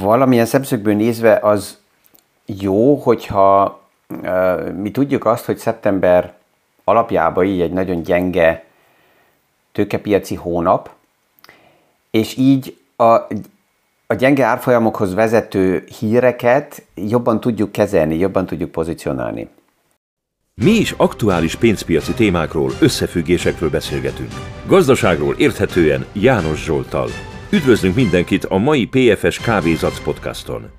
valamilyen szemszögből nézve az jó, hogyha mi tudjuk azt, hogy szeptember alapjában így egy nagyon gyenge tőkepiaci hónap, és így a gyenge árfolyamokhoz vezető híreket jobban tudjuk kezelni, jobban tudjuk pozícionálni. Mi is aktuális pénzpiaci témákról, összefüggésekről beszélgetünk. Gazdaságról érthetően János Zsolttal. Üdvözlünk mindenkit a mai PFS Kávézac podcaston.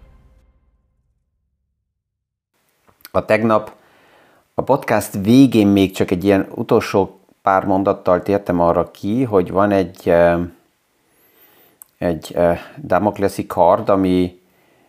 Tegnap a podcast végén még csak egy ilyen utolsó pár mondattal tértem arra ki, hogy van egy damokleszi kard, ami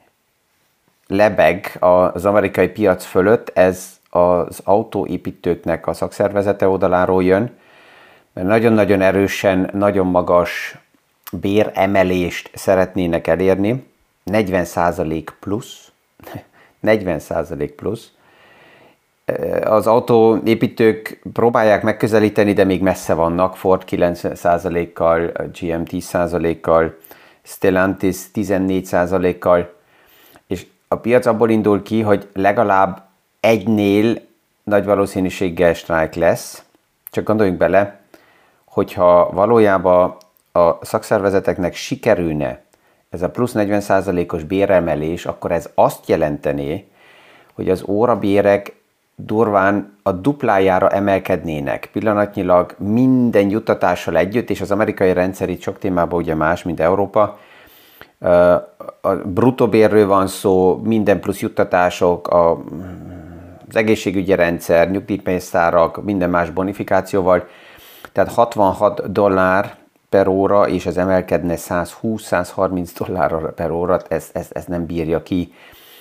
lebeg az amerikai piac fölött. Ez az autóépítőknek a szakszervezete oldaláról jön, mert nagyon-nagyon erősen, nagyon magas béremelést szeretnének elérni, 40% plusz. 40% plusz. Az autóépítők próbálják megközelíteni, de még messze vannak, Ford 9%-kal, GM 10%-kal, Stellantis 14%-kal, és a piac abból indul ki, hogy legalább egynél nagy valószínűséggel sztrájk lesz. Csak gondoljunk bele, hogyha valójában a szakszervezeteknek sikerülne ez a plusz 40%-os béremelés, akkor ez azt jelentené, hogy az órabérek durván a duplájára emelkednének. Pillanatnyilag minden juttatással együtt, és az amerikai rendszer itt sok témában ugye más, mint Európa. A bruttó van szó, minden plusz juttatások, az egészségügyi rendszer, nyugdíjpénztárak, minden más bonifikációval. Tehát $66 per óra, és ez emelkedne $120-130 per óra, ez nem bírja ki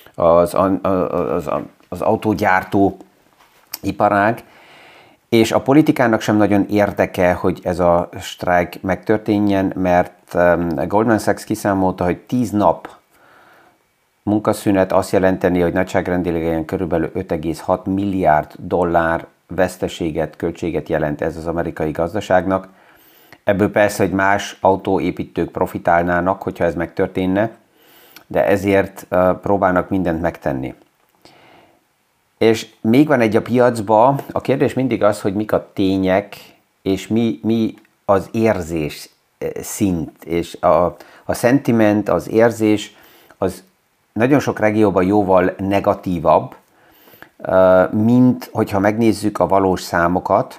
az autógyártó iparág, és a politikának sem nagyon érdeke, hogy ez a sztrájk megtörténjen, mert Goldman Sachs kiszámolta, hogy 10 nap munkaszünet azt jelenteni, hogy nagyságrendileg ilyen körülbelül $5,6 milliárd veszteséget, költséget jelent ez az amerikai gazdaságnak. Ebből persze, hogy más autóépítők profitálnának, hogyha ez megtörténne, de ezért próbálnak mindent megtenni. És még van egy a piacban, a kérdés mindig az, hogy mik a tények, és mi az érzés szint, és a sentiment, az érzés, az nagyon sok régióban jóval negatívabb, mint hogyha megnézzük a valós számokat.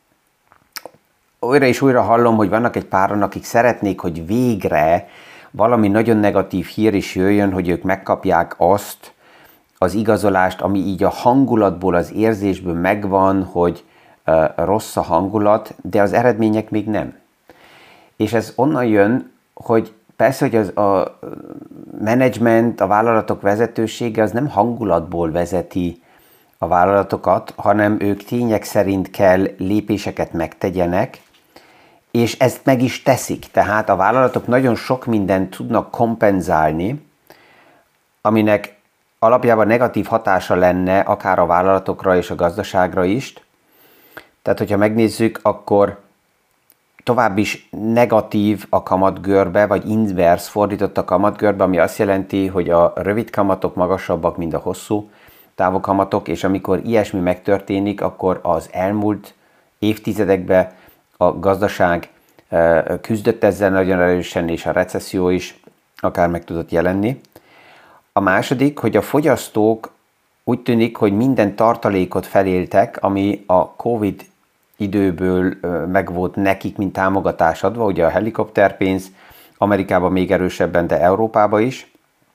Újra és újra hallom, hogy vannak egy páran, akik szeretnék, hogy végre valami nagyon negatív hír is jöjjön, hogy ők megkapják azt az igazolást, ami így a hangulatból, az érzésből megvan, hogy rossz a hangulat, de az eredmények még nem. És ez onnan jön, hogy persze, hogy a menedzsment, a vállalatok vezetősége az nem hangulatból vezeti a vállalatokat, hanem ők tények szerint kell lépéseket megtegyenek, és ezt meg is teszik. Tehát a vállalatok nagyon sok mindent tudnak kompenzálni, aminek alapjában negatív hatása lenne akár a vállalatokra és a gazdaságra is. Tehát, hogyha megnézzük, akkor tovább is negatív a kamatgörbe, vagy inverse fordított a kamatgörbe, ami azt jelenti, hogy a rövid kamatok magasabbak, mint a hosszú távú kamatok, és amikor ilyesmi megtörténik, akkor az elmúlt évtizedekben a gazdaság küzdött ezzel nagyon erősen, és a recesszió is akár meg tudott jelenni. A második, hogy a fogyasztók úgy tűnik, hogy minden tartalékot feléltek, ami a Covid időből megvolt nekik, mint támogatás adva, ugye a helikopterpénz, Amerikában még erősebben, de Európában is.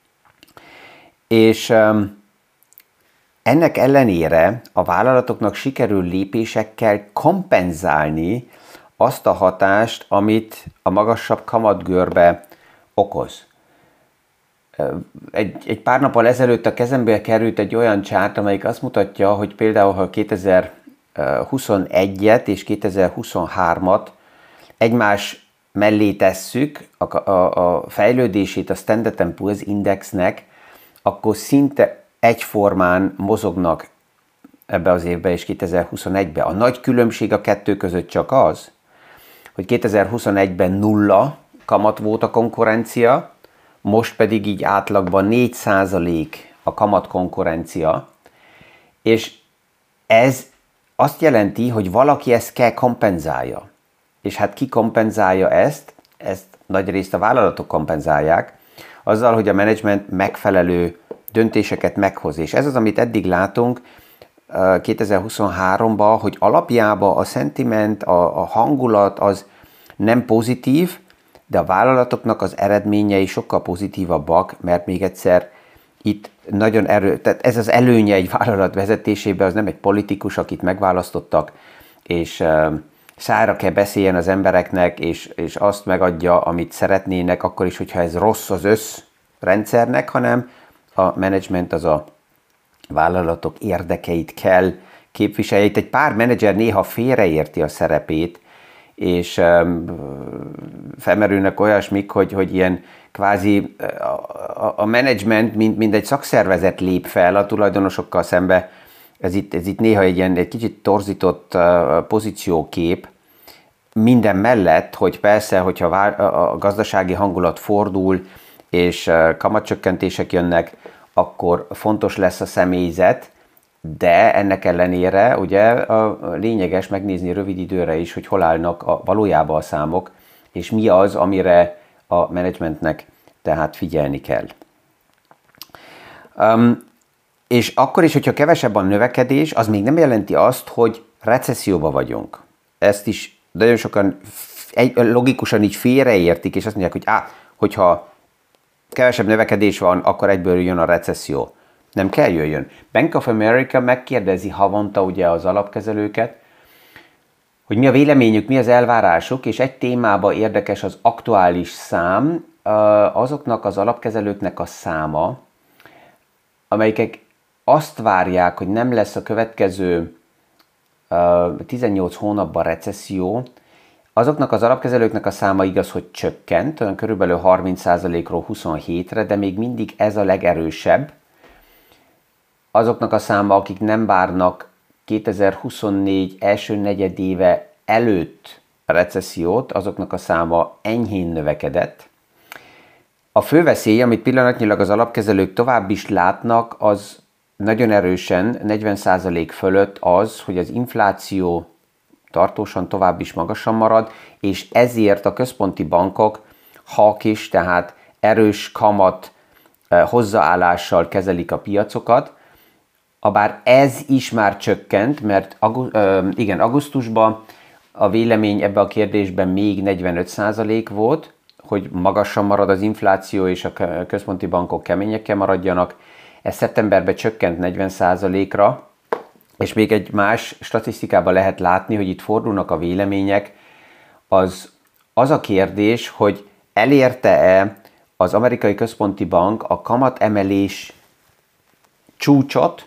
És ennek ellenére a vállalatoknak sikerül lépésekkel kompenzálni azt a hatást, amit a magasabb kamatgörbe okoz. Egy pár nappal ezelőtt a kezembe került egy olyan csárt, amelyik azt mutatja, hogy például ha 2021-et és 2023-at egymás mellé tesszük, a fejlődését a Standard & Poor's Indexnek, akkor szinte egyformán mozognak ebbe az évbe és 2021-be. A nagy különbség a kettő között csak az, hogy 2021-ben nulla kamat volt a konkurencia, most pedig így átlagban 4% a kamat konkurencia, és ez azt jelenti, hogy valaki ezt kell kompenzálja. És hát ki kompenzálja ezt? Ezt nagyrészt a vállalatok kompenzálják, azzal, hogy a menedzsment megfelelő döntéseket meghoz. És ez az, amit eddig látunk 2023-ban, hogy alapjában a szentiment, a hangulat az nem pozitív, de a vállalatoknak az eredményei sokkal pozitívabbak, mert még egyszer itt nagyon tehát ez az előnye egy vállalat vezetésében, az nem egy politikus, akit megválasztottak, és szára kell beszéljen az embereknek, és azt megadja, amit szeretnének, akkor is, hogyha ez rossz az összrendszernek, hanem a menedzsment az a vállalatok érdekeit kell képviselje. Itt egy pár menedzser néha félreérti a szerepét, és felmerülnek olyasmik, hogy ilyen kvázi a menedzsment, mint egy szakszervezet lép fel a tulajdonosokkal szembe. Ez itt néha egy kicsit torzított pozíciókép, minden mellett, hogy persze, hogyha a gazdasági hangulat fordul, és kamatcsökkentések jönnek, akkor fontos lesz a személyzet, de ennek ellenére ugye a lényeges megnézni rövid időre is, hogy hol állnak valójában a számok, és mi az, amire a menedzsmentnek tehát figyelni kell. És akkor is, hogyha kevesebb a növekedés, az még nem jelenti azt, hogy recesszióba vagyunk. Ezt is nagyon sokan logikusan így félreértik, és azt mondják, hogy hogyha kevesebb növekedés van, akkor egyből jön a recesszió. Nem kell jöjjön. Bank of America megkérdezi havonta ugye az alapkezelőket, hogy mi a véleményük, mi az elvárásuk, és egy témában érdekes az aktuális szám, azoknak az alapkezelőknek a száma, amelyek azt várják, hogy nem lesz a következő 18 hónapban recesszió, azoknak az alapkezelőknek a száma igaz, hogy csökkent, olyan körülbelül 30%-ról 27-re, de még mindig ez a legerősebb. Azoknak a száma, akik nem várnak 2024 első negyedéve előtt a recessziót, azoknak a száma enyhén növekedett. A fő veszély, amit pillanatnyilag az alapkezelők tovább is látnak, az nagyon erősen 40% fölött az, hogy az infláció tartósan tovább is magasan marad, és ezért a központi bankok hawkish, tehát erős kamat hozzáállással kezelik a piacokat, habár ez is már csökkent, mert augusztusban a vélemény ebben a kérdésben még 45% volt, hogy magasan marad az infláció, és a központi bankok keményekkel maradjanak. Ez szeptemberben csökkent 40%-ra, és még egy más statisztikában lehet látni, hogy itt fordulnak a vélemények, az a kérdés, hogy elérte-e az amerikai központi bank a kamatemelés csúcsot,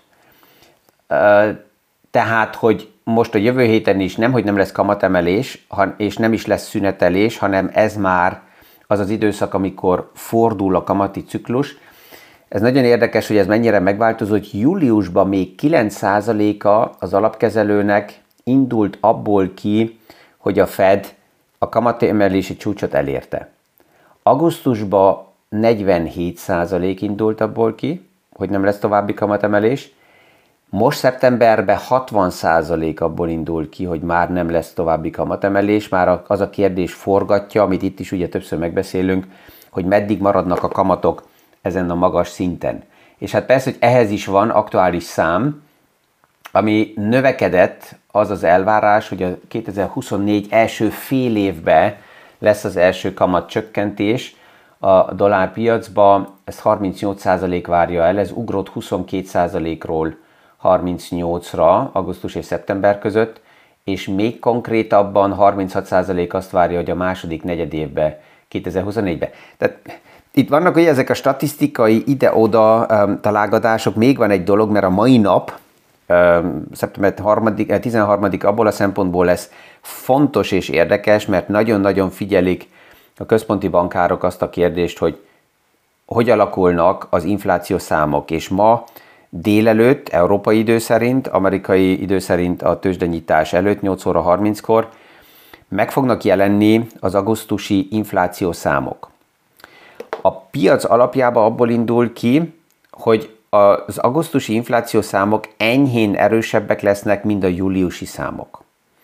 tehát, hogy most a jövő héten is nemhogy nem lesz kamatemelés, és nem is lesz szünetelés, hanem ez már az az időszak, amikor fordul a kamati ciklus. Ez nagyon érdekes, hogy ez mennyire megváltozott. Júliusban még 9%-a az alapkezelőnek indult abból ki, hogy a Fed a kamatemelési csúcsot elérte. Augusztusban 47% indult abból ki, hogy nem lesz további kamatemelés. Most szeptemberben 60% abból indul ki, hogy már nem lesz további kamatemelés. Már az a kérdés forgatja, amit itt is ugye többször megbeszélünk, hogy meddig maradnak a kamatok ezen a magas szinten. És hát persze, hogy ehhez is van aktuális szám, ami növekedett, az az elvárás, hogy a 2024 első fél évben lesz az első kamatcsökkentés a dollárpiacban, ezt 38% várja el, ez ugrott 22%-ról 38-ra augusztus és szeptember között, és még konkrétabban 36% azt várja, hogy a második negyedévben, 2024-ben. Tehát itt vannak ugye ezek a statisztikai ide-oda találgatások, még van egy dolog, mert a mai nap, szeptember 13. abból a szempontból lesz fontos és érdekes, mert nagyon-nagyon figyelik a központi bankárok azt a kérdést, hogy alakulnak az inflációs számok, és ma délelőtt, európai idő szerint, amerikai idő szerint a tőzsdenyitás előtt, 8 óra 30-kor meg fognak jelenni az augusztusi inflációs számok. A piac alapjában abból indul ki, hogy az augusztusi inflációszámok enyhén erősebbek lesznek, mint a júliusi számok.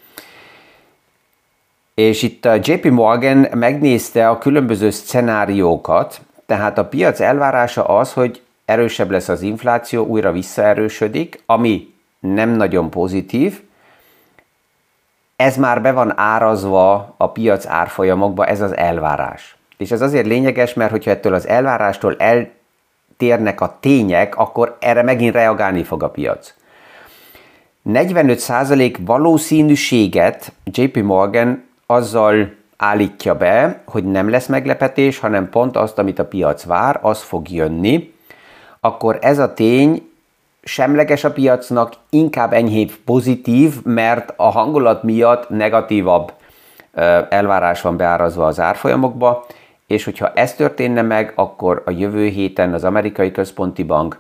És itt a JP Morgan megnézte a különböző szenáriókat, tehát a piac elvárása az, hogy erősebb lesz az infláció, újra visszaerősödik, ami nem nagyon pozitív. Ez már be van árazva a piac árfolyamokba, ez az elvárás. És ez azért lényeges, mert hogyha ettől az elvárástól eltérnek a tények, akkor erre megint reagálni fog a piac. 45% valószínűséget JP Morgan azzal állítja be, hogy nem lesz meglepetés, hanem pont azt, amit a piac vár, az fog jönni, akkor ez a tény semleges a piacnak, inkább enyhébb pozitív, mert a hangulat miatt negatívabb elvárás van beárazva az árfolyamokba, és hogyha ez történne meg, akkor a jövő héten az Amerikai Központi Bank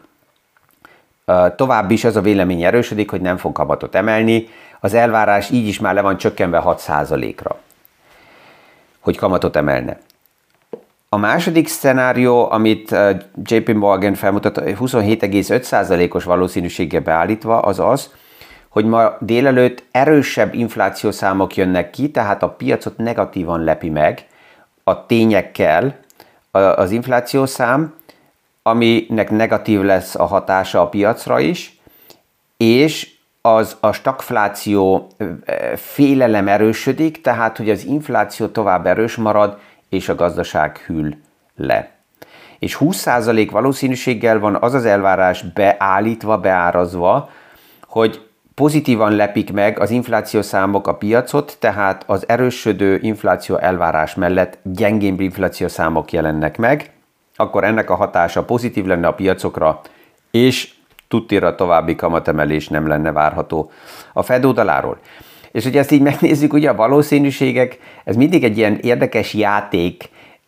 tovább is az a vélemény erősödik, hogy nem fog kamatot emelni. Az elvárás így is már le van csökkenve 6%-ra, hogy kamatot emelne. A második szenárió, amit JP Morgan felmutat, 27,5%-os valószínűséggel beállítva, az az, hogy ma délelőtt erősebb inflációszámok jönnek ki, tehát a piacot negatívan lepi meg a tényekkel az inflációszám, aminek negatív lesz a hatása a piacra is, és a stagfláció félelem erősödik, tehát hogy az infláció tovább erős marad, és a gazdaság hűl le. És 20% valószínűséggel van az az elvárás beárazva, hogy pozitívan lepik meg az inflációszámok a piacot, tehát az erősödő infláció elvárás mellett gyengébb inflációszámok jelennek meg, akkor ennek a hatása pozitív lenne a piacokra, és tuttira további kamatemelés nem lenne várható a Fed oldaláról. És hogy ezt így megnézzük, ugye a valószínűségek, ez mindig egy ilyen érdekes játék.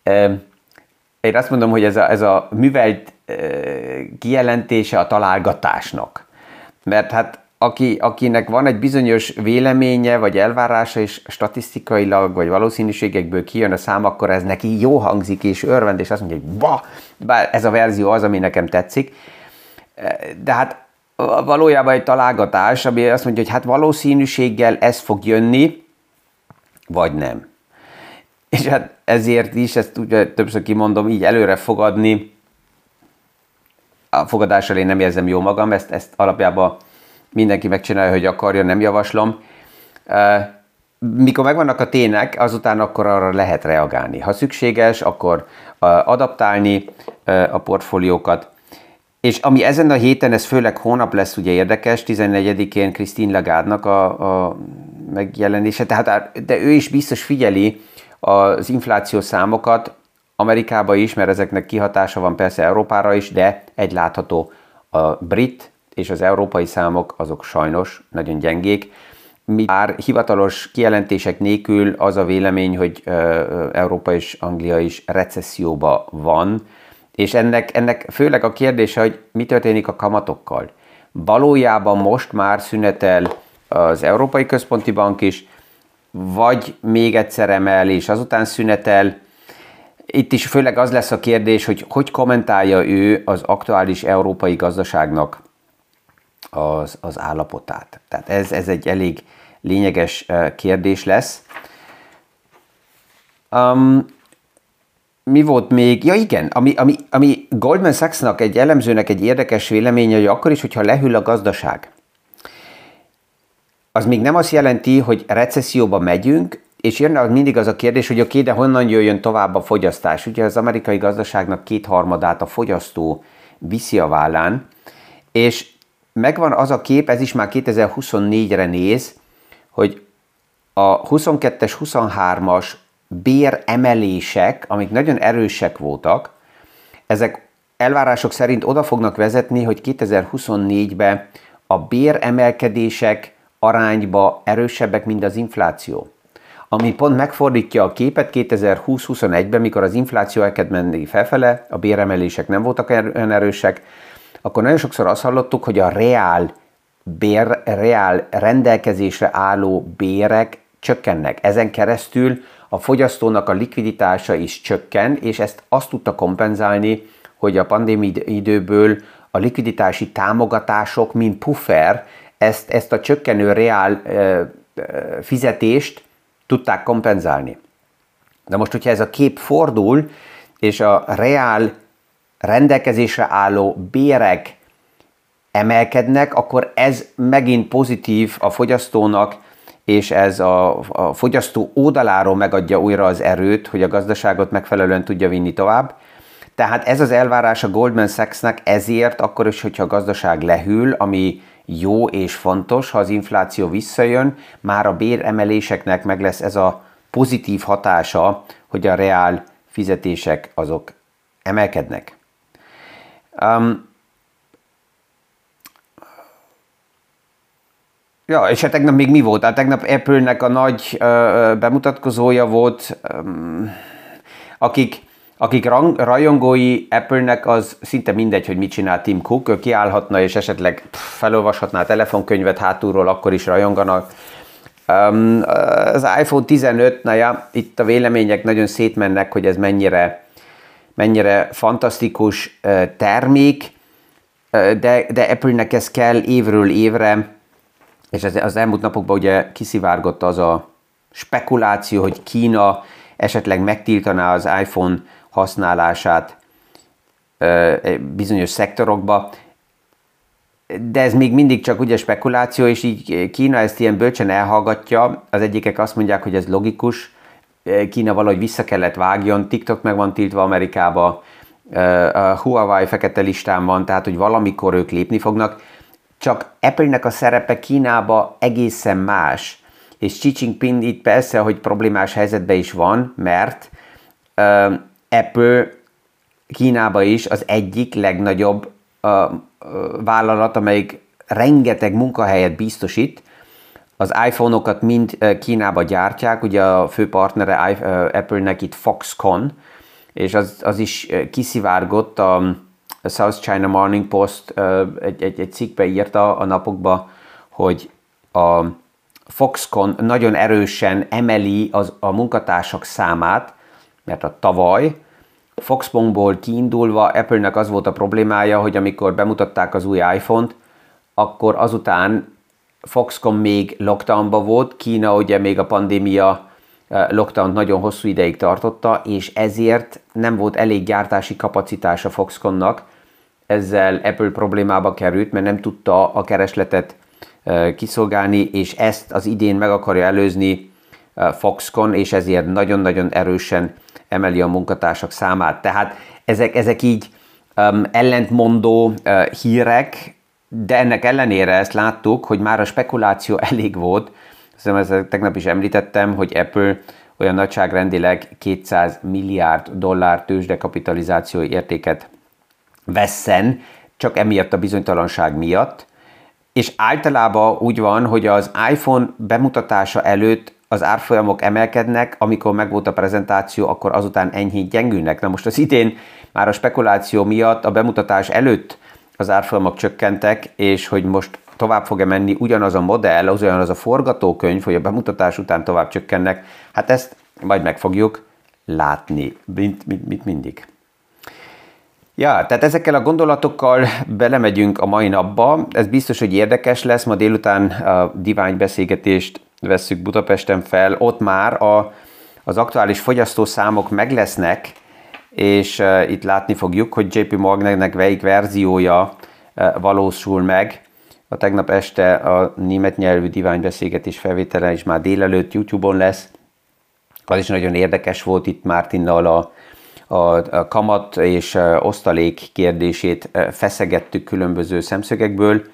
Én azt mondom, hogy ez a művelt kijelentése a találgatásnak. Mert hát akinek van egy bizonyos véleménye, vagy elvárása, és statisztikailag, vagy valószínűségekből kijön a szám, akkor ez neki jó hangzik, és örvend, és azt mondja, hogy bár ez a verzió az, ami nekem tetszik. De hát valójában egy találgatás, ami azt mondja, hogy hát valószínűséggel ez fog jönni, vagy nem. És hát ezért is, ezt ugye többször kimondom, így előre fogadni, a fogadással én nem érzem jó magam, ezt alapjában mindenki megcsinálja, hogy akarja, nem javaslom. Mikor megvannak a tények, azután akkor arra lehet reagálni. Ha szükséges, akkor adaptálni a portfóliókat. És ami ezen a héten, ez főleg hónap lesz ugye érdekes, 14-én Christine Lagarde-nak a megjelenése, de ő is biztos figyeli az infláció számokat Amerikában is, mert ezeknek kihatása van persze Európára is, de egy látható, a brit és az európai számok azok sajnos nagyon gyengék. Bár hivatalos kijelentések nélkül az a vélemény, hogy Európa és Anglia is recesszióba van, és ennek főleg a kérdése, hogy mi történik a kamatokkal. Valójában most már szünetel az Európai Központi Bank is, vagy még egyszer emel, és azután szünetel. Itt is főleg az lesz a kérdés, hogy kommentálja ő az aktuális európai gazdaságnak az állapotát. Tehát ez egy elég lényeges kérdés lesz. Mi volt még? Ja igen, ami Goldman Sachsnak, egy elemzőnek egy érdekes véleménye, hogy akkor is, hogyha lehűl a gazdaság, az még nem azt jelenti, hogy recesszióba megyünk, és jön mindig az a kérdés, hogy oké, de honnan jöjjön tovább a fogyasztás? Ugye az amerikai gazdaságnak 2/3 a fogyasztó viszi a vállán, és megvan az a kép, ez is már 2024-re néz, hogy a 22-es, 23-as béremelések, amik nagyon erősek voltak, ezek elvárások szerint oda fognak vezetni, hogy 2024-ben a béremelkedések arányba erősebbek, mint az infláció. Ami pont megfordítja a képet 2020-21-ben, mikor az infláció elkezd menni felfele, a béremelések nem voltak olyan erősek, akkor nagyon sokszor azt hallottuk, hogy a reál rendelkezésre álló bérek csökkennek. Ezen keresztül a fogyasztónak a likviditása is csökken, és ezt azt tudta kompenzálni, hogy a pandémia időből a likviditási támogatások, mint puffer, ezt a csökkenő reál fizetést tudták kompenzálni. De most, hogyha ez a kép fordul, és a reál rendelkezésre álló bérek emelkednek, akkor ez megint pozitív a fogyasztónak, és ez a fogyasztó oldaláról megadja újra az erőt, hogy a gazdaságot megfelelően tudja vinni tovább. Tehát ez az elvárás a Goldman Sachsnak, ezért akkor is, hogyha a gazdaság lehűl, ami jó és fontos, ha az infláció visszajön, már a béremeléseknek meg lesz ez a pozitív hatása, hogy a reál fizetések azok emelkednek. Ja, és hát tegnap még mi volt? Hát tegnap Apple-nek a nagy bemutatkozója volt, akik rajongói Apple-nek, az szinte mindegy, hogy mit csinál Tim Cook, ő kiállhatna és esetleg felolvashatná a telefonkönyvet hátulról, akkor is rajonganak. Az iPhone 15, itt a vélemények nagyon szétmennek, hogy ez mennyire fantasztikus termék, de Apple-nek ez kell évről évre, és az elmúlt napokban ugye kiszivárgott az a spekuláció, hogy Kína esetleg megtiltaná az iPhone használását bizonyos szektorokba, de ez még mindig csak ugye spekuláció, és így Kína ezt ilyen bölcsen elhallgatja. Az egyikek azt mondják, hogy ez logikus, Kína valahogy vissza kellett vágjon, TikTok meg van tiltva Amerikába, a Huawei fekete listán van, tehát hogy valamikor ők lépni fognak, csak Apple-nek a szerepe Kínába egészen más, és Xi Jinping itt persze, hogy problémás helyzetben is van, mert Apple Kínában is az egyik legnagyobb vállalat, amelyik rengeteg munkahelyet biztosít. Az iPhone-okat mind Kínába gyártják, ugye a fő partnere Apple-nek itt Foxconn, és az is kiszivárgott, a South China Morning Post egy cikkbe írta a napokba, hogy a Foxconn nagyon erősen emeli a munkatársak számát, mert a tavaly Foxconnból kiindulva Apple-nek az volt a problémája, hogy amikor bemutatták az új iPhone-t, akkor azután Foxconn még lockdownban volt, Kína ugye még a pandémia lockdown nagyon hosszú ideig tartotta, és ezért nem volt elég gyártási kapacitása Foxconnnak, ezzel Apple problémába került, mert nem tudta a keresletet kiszolgálni, és ezt az idén meg akarja előzni Foxconn, és ezért nagyon-nagyon erősen emeli a munkatársak számát. Tehát ezek így ellentmondó hírek, de ennek ellenére ezt láttuk, hogy már a spekuláció elég volt. Ezt tegnap is említettem, hogy Apple olyan nagyságrendileg $200 milliárd tőzsdekapitalizációi értéket vesszen, csak emiatt a bizonytalanság miatt. És általában úgy van, hogy az iPhone bemutatása előtt az árfolyamok emelkednek, amikor megvolt a prezentáció, akkor azután enyhén gyengülnek. Na most az idén már a spekuláció miatt a bemutatás előtt az árfolyamok csökkentek, és hogy most tovább fog-e menni ugyanaz a modell, ugyanaz a forgatókönyv, hogy a bemutatás után tovább csökkennek, hát ezt majd meg fogjuk látni, mint mindig. Ja, tehát ezekkel a gondolatokkal belemegyünk a mai napba. Ez biztos, hogy érdekes lesz. Ma délután a divány beszélgetést vesszük Budapesten fel. Ott már az aktuális fogyasztószámok meg lesznek, és itt látni fogjuk, hogy JP Morgannek melyik verziója valósul meg. A tegnap este a német nyelvű diványbeszélgetés felvétele is már délelőtt YouTube-on lesz. Az is nagyon érdekes volt, itt Mártinnal a kamat és osztalék kérdését feszegettük különböző szemszögekből.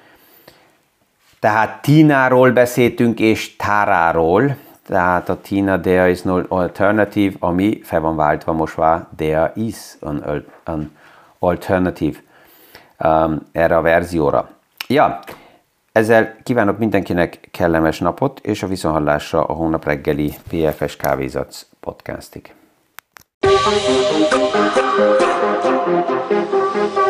Tehát Tínáról beszéltünk és Táráról. Tehát a Tina, there is no alternative, ami fel van váltva most már, there is an alternative erre a verzióra. Ja, ezzel kívánok mindenkinek kellemes napot, és a viszonthallásra a hónap reggeli PFS Kávézac podcastig.